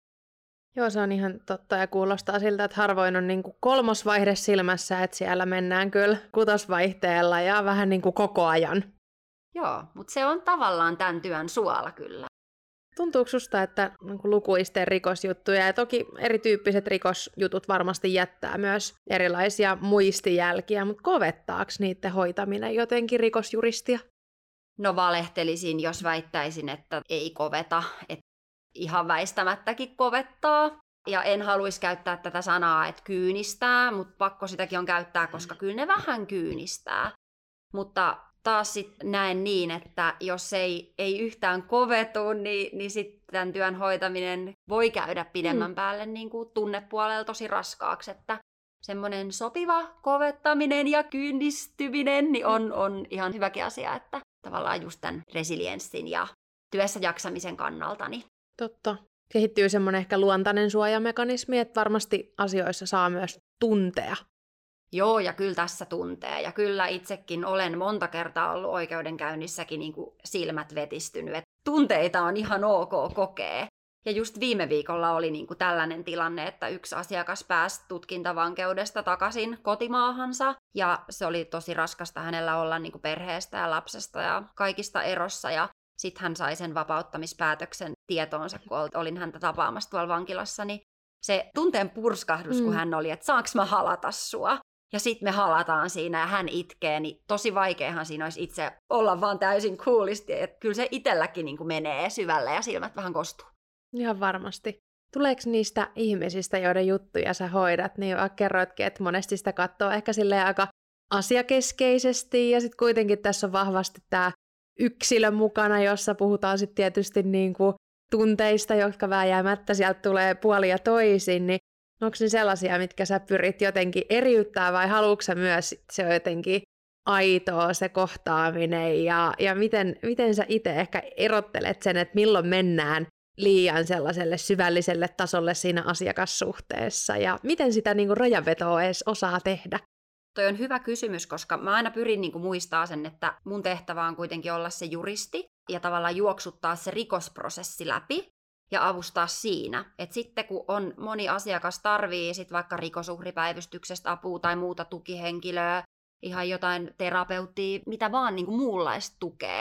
Joo, se on ihan totta ja kuulostaa siltä, että harvoin on niin kuin kolmosvaihde silmässä, että siellä mennään kyllä kutosvaihteella ja vähän niin kuin koko ajan. Joo, mutta se on tavallaan tämän työn suola kyllä. Tuntuuko susta, että niin kuin lukuisten rikosjuttuja ja toki erityyppiset rikosjutut varmasti jättää myös erilaisia muistijälkiä, mutta kovettaako niiden hoitaminen jotenkin rikosjuristia? No valehtelisin, jos väittäisin, että ei koveta, että ihan väistämättäkin kovettaa. Ja en haluaisi käyttää tätä sanaa, että kyynistää, mutta pakko sitäkin on käyttää, koska kyllä ne vähän kyynistää. Mutta taas sitten näen niin, että jos ei, ei yhtään kovetu, niin, niin sitten tämän työn hoitaminen voi käydä pidemmän mm. päälle niin kuin tunnepuolella tosi raskaaksi. Että semmoinen sopiva kovettaminen ja kyynistyminen niin on, on ihan hyväkin asia, että tavallaan just tämän resilienssin ja työssä jaksamisen kannalta. Niin totta. Kehittyy semmoinen ehkä luontainen suojamekanismi, että varmasti asioissa saa myös tuntea. Joo, ja kyllä tässä tuntee. Ja kyllä itsekin olen monta kertaa ollut oikeudenkäynnissäkin niin kuin silmät vetistynyt. Että tunteita on ihan ok kokea. Ja just viime viikolla oli niin kuin tällainen tilanne, että yksi asiakas pääsi tutkintavankeudesta takaisin kotimaahansa. Ja se oli tosi raskasta hänellä olla niin kuin perheestä ja lapsesta ja kaikista erossa. Ja sitten hän sai sen vapauttamispäätöksen tietoonsa, kun olin häntä tapaamassa tuolla vankilassa. Niin se tunteen purskahdus, mm. kun hän oli, että saanko mä halata sua? Ja sitten me halataan siinä ja hän itkee, niin tosi vaikeahan siinä olisi itse olla vaan täysin coolisti. Että kyllä se itselläkin niin kuin menee syvälle ja silmät vähän kostuu. Ihan varmasti. Tuleeko niistä ihmisistä, joiden juttuja sä hoidat, niin vaikka kerroitkin, että monesti sitä katsoo ehkä silleen aika asiakeskeisesti ja sitten kuitenkin tässä on vahvasti tämä yksilö mukana, jossa puhutaan sitten tietysti niin kuin tunteista, jotka vääjäämättä sieltä tulee puoli ja toisin, niin onko ne sellaisia, mitkä sä pyrit jotenkin eriyttää vai haluatko sä myös se on jotenkin aitoa se kohtaaminen ja, ja miten, miten sä itse ehkä erottelet sen, että milloin mennään liian sellaiselle syvälliselle tasolle siinä asiakassuhteessa ja miten sitä niin kuin rajanvetoa edes osaa tehdä? Toi on hyvä kysymys, koska mä aina pyrin niin kuin muistaa sen, että mun tehtävä on kuitenkin olla se juristi ja tavallaan juoksuttaa se rikosprosessi läpi ja avustaa siinä. Et sitten kun on moni asiakas tarvii sit vaikka rikosuhripäivystyksestä apua tai muuta tukihenkilöä, ihan jotain terapeuttia, mitä vaan niin kuin muunlaista tukea,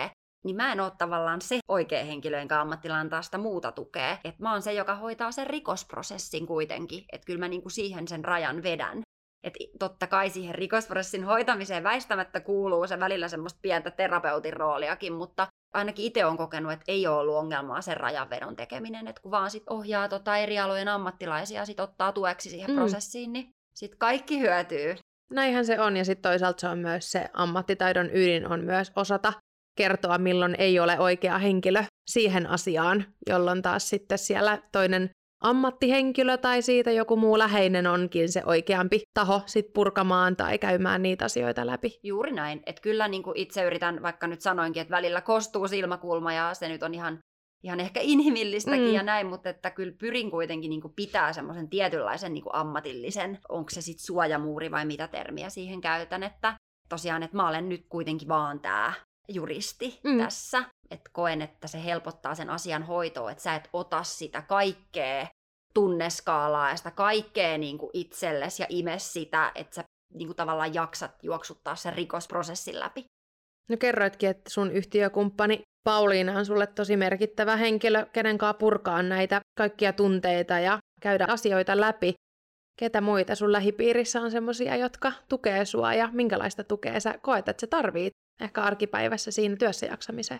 niin mä en ole tavallaan se oikea henkilö, enkä ammattilainen antaa sitä muuta tukea. Että mä oon se, joka hoitaa sen rikosprosessin kuitenkin. Että kyllä mä niinku siihen sen rajan vedän. Että totta kai siihen rikosprosessin hoitamiseen väistämättä kuuluu se välillä semmoista pientä terapeutin rooliakin, mutta ainakin itse olen kokenut, että ei ole ollut ongelmaa sen rajanvedon tekeminen, että kun vaan sit ohjaa tota eri alojen ammattilaisia ja sit ottaa tueksi siihen mm. prosessiin, niin sit kaikki hyötyy. Näinhän se on, ja sitten toisaalta se on myös se ammattitaidon ydin on myös osata kertoa, milloin ei ole oikea henkilö siihen asiaan, jolloin taas sitten siellä toinen ammattihenkilö tai siitä joku muu läheinen onkin se oikeampi taho sit purkamaan tai käymään niitä asioita läpi. Juuri näin. Että kyllä niin kuin itse yritän, vaikka nyt sanoinkin, että välillä kostuu silmäkulma ja se nyt on ihan, ihan ehkä inhimillistäkin mm. ja näin, mutta että kyllä pyrin kuitenkin niin kuin pitää semmoisen tietynlaisen niin kuin ammatillisen, onko se sitten suojamuuri vai mitä termiä siihen käytän, että tosiaan, että mä olen nyt kuitenkin vaan tää juristi mm. tässä, että koen, että se helpottaa sen asian hoitoa, että sä et ota sitä kaikkea tunneskaalaa ja sitä kaikkea niin kuin itsellesi ja ime sitä, että sä niin kuin tavallaan jaksat juoksuttaa sen rikosprosessin läpi. No kerroitkin, että sun yhtiökumppani Pauliina on sulle tosi merkittävä henkilö, kenen kanssa purkaa näitä kaikkia tunteita ja käydä asioita läpi. Ketä muita sun lähipiirissä on semmoisia, jotka tukee sua ja minkälaista tukea sä koet, että sä tarvit ehkä arkipäivässä siinä työssä jaksamiseen?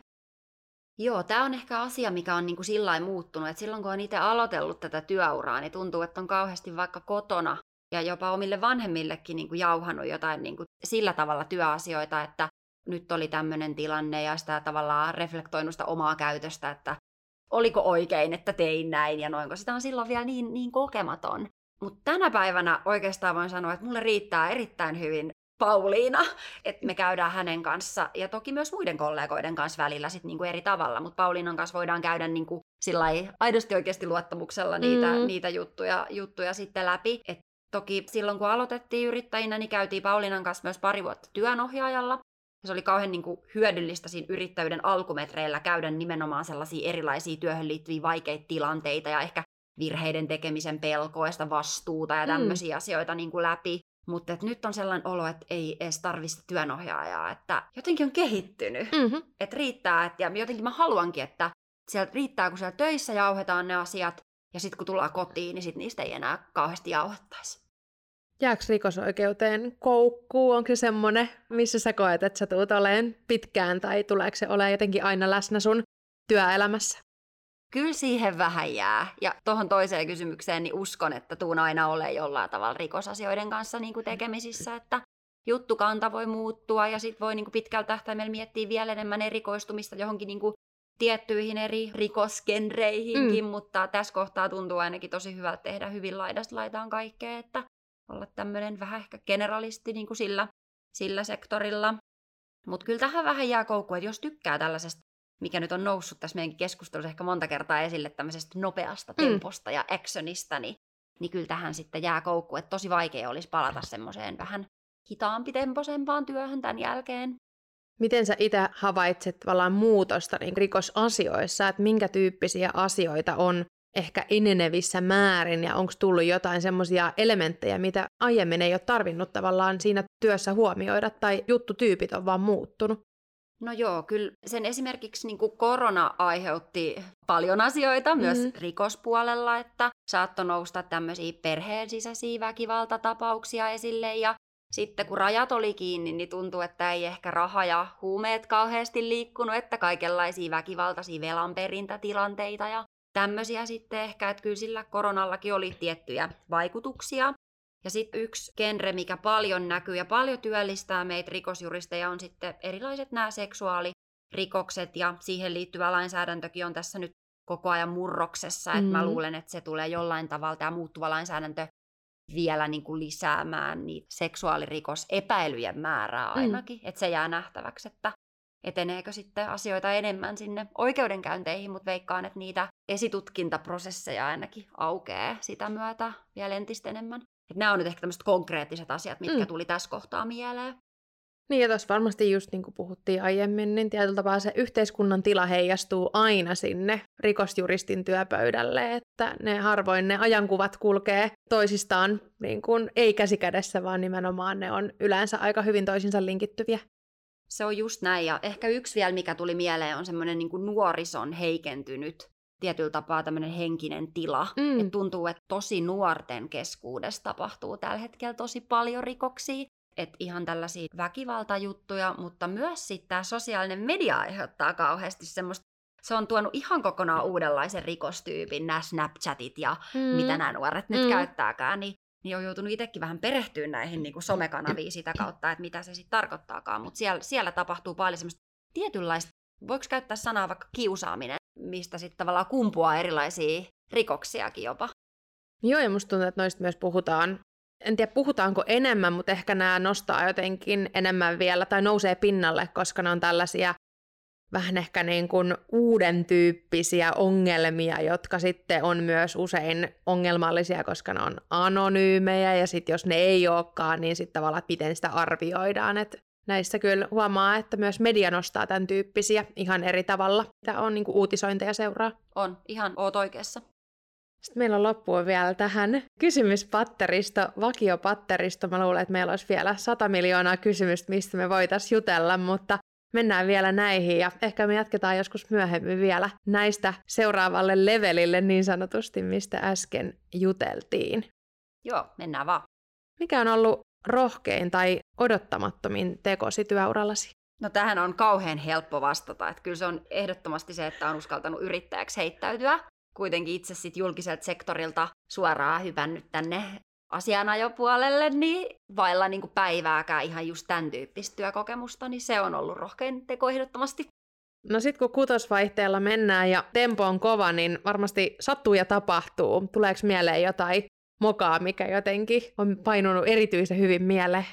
Joo, tämä on ehkä asia, mikä on niinku sillain muuttunut, että silloin kun on itse aloitellut tätä työuraa, niin tuntuu, että on kauheasti vaikka kotona ja jopa omille vanhemmillekin niinku jauhannut jotain niinku sillä tavalla työasioita, että nyt oli tämmöinen tilanne ja sitä tavallaan reflektoinut sitä omaa käytöstä, että oliko oikein, että tein näin ja noin, kun sitä on silloin vielä niin, niin kokematon. Mutta tänä päivänä oikeastaan voin sanoa, että mulle riittää erittäin hyvin Pauliina, että me käydään hänen kanssa ja toki myös muiden kollegoiden kanssa välillä sit niinku eri tavalla, mutta Pauliinan kanssa voidaan käydä niinku sillai aidosti oikeasti luottamuksella niitä, mm. niitä juttuja, juttuja sitten läpi. Et toki silloin kun aloitettiin yrittäjinä, niin käytiin Pauliinan kanssa myös pari vuotta työnohjaajalla. Ja se oli kauhean niinku hyödyllistä siinä yrittäjyyden alkumetreillä käydä nimenomaan sellaisia erilaisia työhön liittyviä vaikeita tilanteita ja ehkä virheiden tekemisen pelkoa ja sitä vastuuta ja tämmöisiä mm. asioita niinku läpi. Mutta nyt on sellainen olo, että ei edes tarvitse työnohjaajaa, että jotenkin on kehittynyt. Mm-hmm. Että riittää, että, ja jotenkin mä haluankin, että sieltä riittää, kun siellä töissä jauhetaan ne asiat, ja sitten kun tullaan kotiin, niin sit niistä ei enää kauheasti jauhettaisi. Jääkö rikosoikeuteen koukkuun? Onko se semmoinen, missä sä koet, että sä tulet olemaan pitkään, tai tuleeko se olemaan jotenkin aina läsnä sun työelämässä? Kyllä siihen vähän jää. Ja tuohon toiseen kysymykseen niin uskon, että tuun aina ole jollain tavalla rikosasioiden kanssa niin kuin tekemisissä, että juttukanta voi muuttua ja sitten voi niin kuin pitkällä tähtäimellä miettiä vielä enemmän erikoistumista johonkin niin kuin tiettyihin eri rikosgenreihinkin, mm. mutta tässä kohtaa tuntuu ainakin tosi hyvältä tehdä hyvin laidasta laitaan kaikkea, että olla tämmöinen vähän ehkä generalisti niin kuin sillä, sillä sektorilla. Mutta kyllä tähän vähän jää koukkuun, että jos tykkää tällaisesta, mikä nyt on noussut tässä meidän keskustelussa ehkä monta kertaa esille tämmöisestä nopeasta temposta mm. ja actionista, niin, niin kyllä tähän sitten jää koukku, että tosi vaikea olisi palata semmoiseen vähän hitaampi temposempaan työhön tämän jälkeen. Miten sä itse havaitset tavallaan muutosta niin rikosasioissa, että minkä tyyppisiä asioita on ehkä enenevissä määrin ja onko tullut jotain semmoisia elementtejä, mitä aiemmin ei ole tarvinnut tavallaan siinä työssä huomioida tai juttutyypit on vaan muuttunut? No joo, kyllä sen esimerkiksi niin kuin korona aiheutti paljon asioita myös mm. rikospuolella, että saattoi nousta tämmöisiä perheen sisäisiä väkivaltatapauksia esille ja sitten kun rajat oli kiinni, niin tuntui, että ei ehkä raha ja huumeet kauheasti liikkunut, että kaikenlaisia väkivaltaisia velanperintätilanteita ja tämmöisiä sitten ehkä, että kyllä sillä koronallakin oli tiettyjä vaikutuksia. Ja sitten yksi genre, mikä paljon näkyy ja paljon työllistää meitä rikosjuristeja, on sitten erilaiset nämä seksuaalirikokset ja siihen liittyvä lainsäädäntökin on tässä nyt koko ajan murroksessa. Mm. Että mä luulen, että se tulee jollain tavalla tämä muuttuva lainsäädäntö vielä niin kuin lisäämään niitä seksuaalirikosepäilyjen määrää ainakin. Mm. Että se jää nähtäväksi, että eteneekö sitten asioita enemmän sinne oikeudenkäynteihin, mutta veikkaan, että niitä esitutkintaprosesseja ainakin aukeaa sitä myötä vielä entistä enemmän. Että nämä on nyt ehkä tämmöiset konkreettiset asiat, mitkä mm. tuli tässä kohtaa mieleen. Niin ja tuossa varmasti just niin kuin puhuttiin aiemmin, niin tietyllä tapaa se yhteiskunnan tila heijastuu aina sinne rikosjuristin työpöydälle, että ne harvoin ne ajankuvat kulkee toisistaan niin kuin ei käsikädessä, vaan nimenomaan ne on yleensä aika hyvin toisinsa linkittyviä. Se on just näin, ja ehkä yksi vielä, mikä tuli mieleen, on semmoinen niin kuin nuorison heikentynyt tietyllä tapaa tämmöinen henkinen tila. Mm. Et tuntuu, että tosi nuorten keskuudessa tapahtuu tällä hetkellä tosi paljon rikoksia. Että ihan tällaisia väkivaltajuttuja, mutta myös sitten tämä sosiaalinen media aiheuttaa kauheasti semmoista. Se on tuonut ihan kokonaan uudenlaisen rikostyypin, nämä Snapchatit ja mm. mitä nämä nuoret nyt mm. käyttääkään, niin, niin on joutunut itsekin vähän perehtyä näihin niin kuin somekanaviin sitä kautta, että mitä se sitten tarkoittaakaan. Mutta siellä, siellä tapahtuu paljon semmoista tietynlaista, voiko käyttää sanaa vaikka kiusaaminen, mistä sitten tavallaan kumpuaa erilaisia rikoksiakin jopa. Joo, ja musta tuntuu, että noista myös puhutaan. En tiedä, puhutaanko enemmän, mutta ehkä nämä nostaa jotenkin enemmän vielä, tai nousee pinnalle, koska ne on tällaisia vähän ehkä niin kuin uuden tyyppisiä ongelmia, jotka sitten on myös usein ongelmallisia, koska ne on anonyymejä, ja sitten jos ne ei olekaan, niin sitten tavallaan, että miten sitä arvioidaan. Et näissä kyllä huomaa, että myös media nostaa tämän tyyppisiä ihan eri tavalla, mitä on niin kuin uutisointeja seuraa. On, ihan oot oikeassa. Sitten meillä on loppuun vielä tähän kysymyspatteristo, vakiopatteristo. Mä luulen, että meillä olisi vielä sata miljoonaa kysymystä, mistä me voitaisiin jutella, mutta mennään vielä näihin ja ehkä me jatketaan joskus myöhemmin vielä näistä seuraavalle levelille niin sanotusti, mistä äsken juteltiin. Joo, mennään vaan. Mikä on ollut rohkein tai odottamattomin tekosi työurallasi? No tähän on kauhean helppo vastata, että kyllä se on ehdottomasti se, että on uskaltanut yrittäjäksi heittäytyä. Kuitenkin itse sit julkiselta sektorilta suoraan hypännyt tänne asianajopuolelle, niin vailla niin kuin päivääkään ihan just tämän tyyppistä työkokemusta, niin se on ollut rohkein teko ehdottomasti. No sit kun kutosvaihteella mennään ja tempo on kova, niin varmasti sattuu ja tapahtuu. Tuleeko mieleen jotain mokaa, mikä jotenkin on painunut erityisen hyvin mieleen?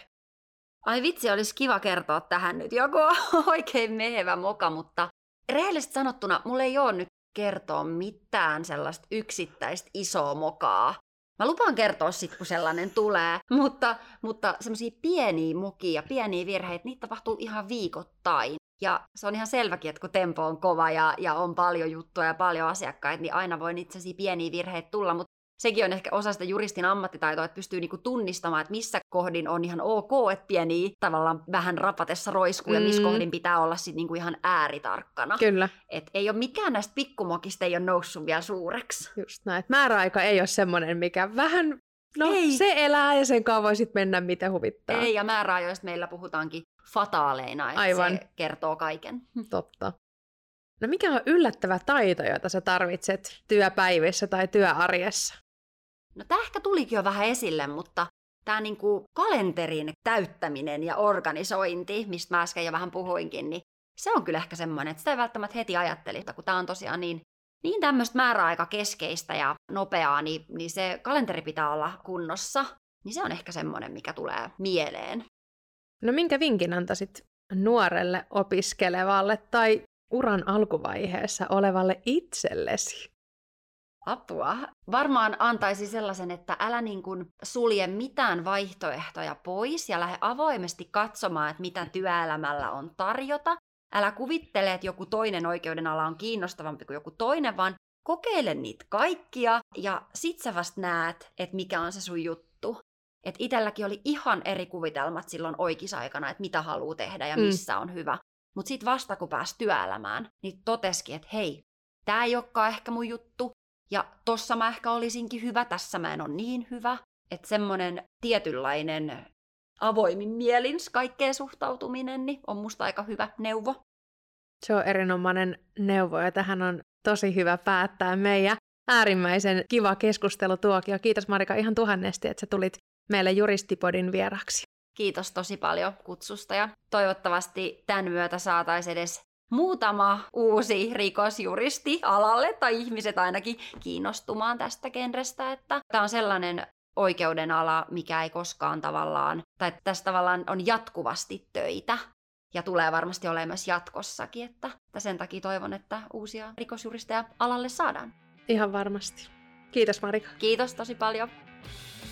Ai vitsi, olisi kiva kertoa tähän nyt joku oikein mehevä moka, mutta rehellisesti sanottuna mulla ei ole nyt kertoa mitään sellaista yksittäistä isoa mokaa. Mä lupaan kertoa sit, kun sellainen tulee, mutta, mutta semmoisia pieniä mokia, pieniä virheitä, niitä tapahtuu ihan viikoittain. Ja se on ihan selväkin, että kun tempo on kova ja, ja on paljon juttuja ja paljon asiakkaita, niin aina voi niitä pieniä virheitä tulla, mutta sekin on ehkä osa sitä juristin ammattitaitoa, että pystyy niinku tunnistamaan, että missä kohdin on ihan ok, että pieniä tavallaan vähän rapatessa roiskuu, ja missä mm. kohdin pitää olla sit niinku ihan ääritarkkana. Kyllä. Et ei ole mikään näistä pikkumokista ei ole noussut vielä suureksi. Just näin. Määräaika ei ole semmoinen, mikä vähän, no ei. Se elää ja sen kanssa voi sit mennä mitä huvittaa. Ei, ja määräajoista meillä puhutaankin fataaleina, että aivan. Se kertoo kaiken. Totta. No mikä on yllättävä taito, jota sä tarvitset työpäivissä tai työarjessa? No tämä ehkä tulikin jo vähän esille, mutta tämä niinku kalenterin täyttäminen ja organisointi, mistä mä äsken jo vähän puhuinkin, niin se on kyllä ehkä semmoinen, että sitä ei välttämättä heti ajatteli, kun tämä on tosiaan niin, niin tämmöistä määräaikakeskeistä ja nopeaa, niin, niin se kalenteri pitää olla kunnossa, niin se on ehkä semmoinen, mikä tulee mieleen. No minkä vinkin antaisit nuorelle opiskelevalle tai uran alkuvaiheessa olevalle itsellesi? Apua. Varmaan antaisi sellaisen, että älä niin kuin sulje mitään vaihtoehtoja pois ja lähde avoimesti katsomaan, että mitä työelämällä on tarjota. Älä kuvittele, että joku toinen oikeudenala on kiinnostavampi kuin joku toinen, vaan kokeile niitä kaikkia ja sit sä vasta näet, että mikä on se sun juttu. Et itselläkin oli ihan eri kuvitelmat silloin oikisaikana, että mitä haluaa tehdä ja missä mm. on hyvä. Mutta sit vasta kun pääsi työelämään, niin totesikin, että hei, tää ei olekaan ehkä mun juttu. Ja tossa mä ehkä olisinkin hyvä, tässä mä en ole niin hyvä. Että semmoinen tietynlainen avoimin mielins kaikkeen suhtautuminen niin on musta aika hyvä neuvo. Se on erinomainen neuvo ja tähän on tosi hyvä päättää meidän äärimmäisen kiva keskustelutuokio. Kiitos Marika ihan tuhannesti, että sä tulit meille Juristipodin vieraksi. Kiitos tosi paljon kutsusta ja toivottavasti tämän myötä saataisiin edes muutama uusi rikosjuristi alalle tai ihmiset ainakin kiinnostumaan tästä genrestä, että tämä on sellainen oikeuden ala, mikä ei koskaan tavallaan, tai tässä tavallaan on jatkuvasti töitä ja tulee varmasti olemaan myös jatkossakin, että sen takia toivon, että uusia rikosjuristeja alalle saadaan. Ihan varmasti. Kiitos Marika. Kiitos tosi paljon.